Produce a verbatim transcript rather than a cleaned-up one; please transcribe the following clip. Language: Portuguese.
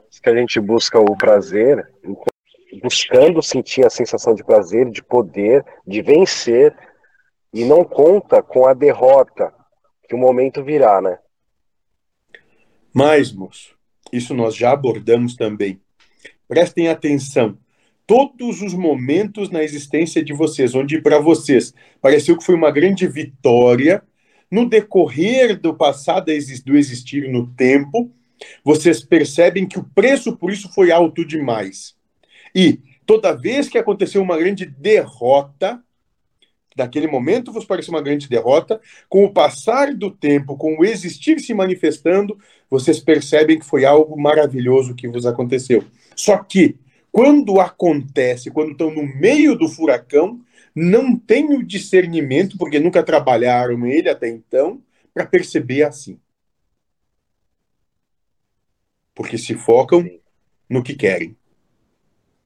que a gente busca o prazer, buscando sentir a sensação de prazer, de poder, de vencer, e não conta com a derrota que o momento virá, né? Mas, moço, isso nós já abordamos também. Prestem atenção. Todos os momentos na existência de vocês, onde para vocês pareceu que foi uma grande vitória, no decorrer do passado do existir no tempo, vocês percebem que o preço por isso foi alto demais. E toda vez que aconteceu uma grande derrota, daquele momento vos pareceu uma grande derrota, com o passar do tempo, com o existir se manifestando, vocês percebem que foi algo maravilhoso que vos aconteceu. Só que, quando acontece, quando estão no meio do furacão, não tem o discernimento, porque nunca trabalharam ele até então, para perceber assim. Porque se focam no que querem.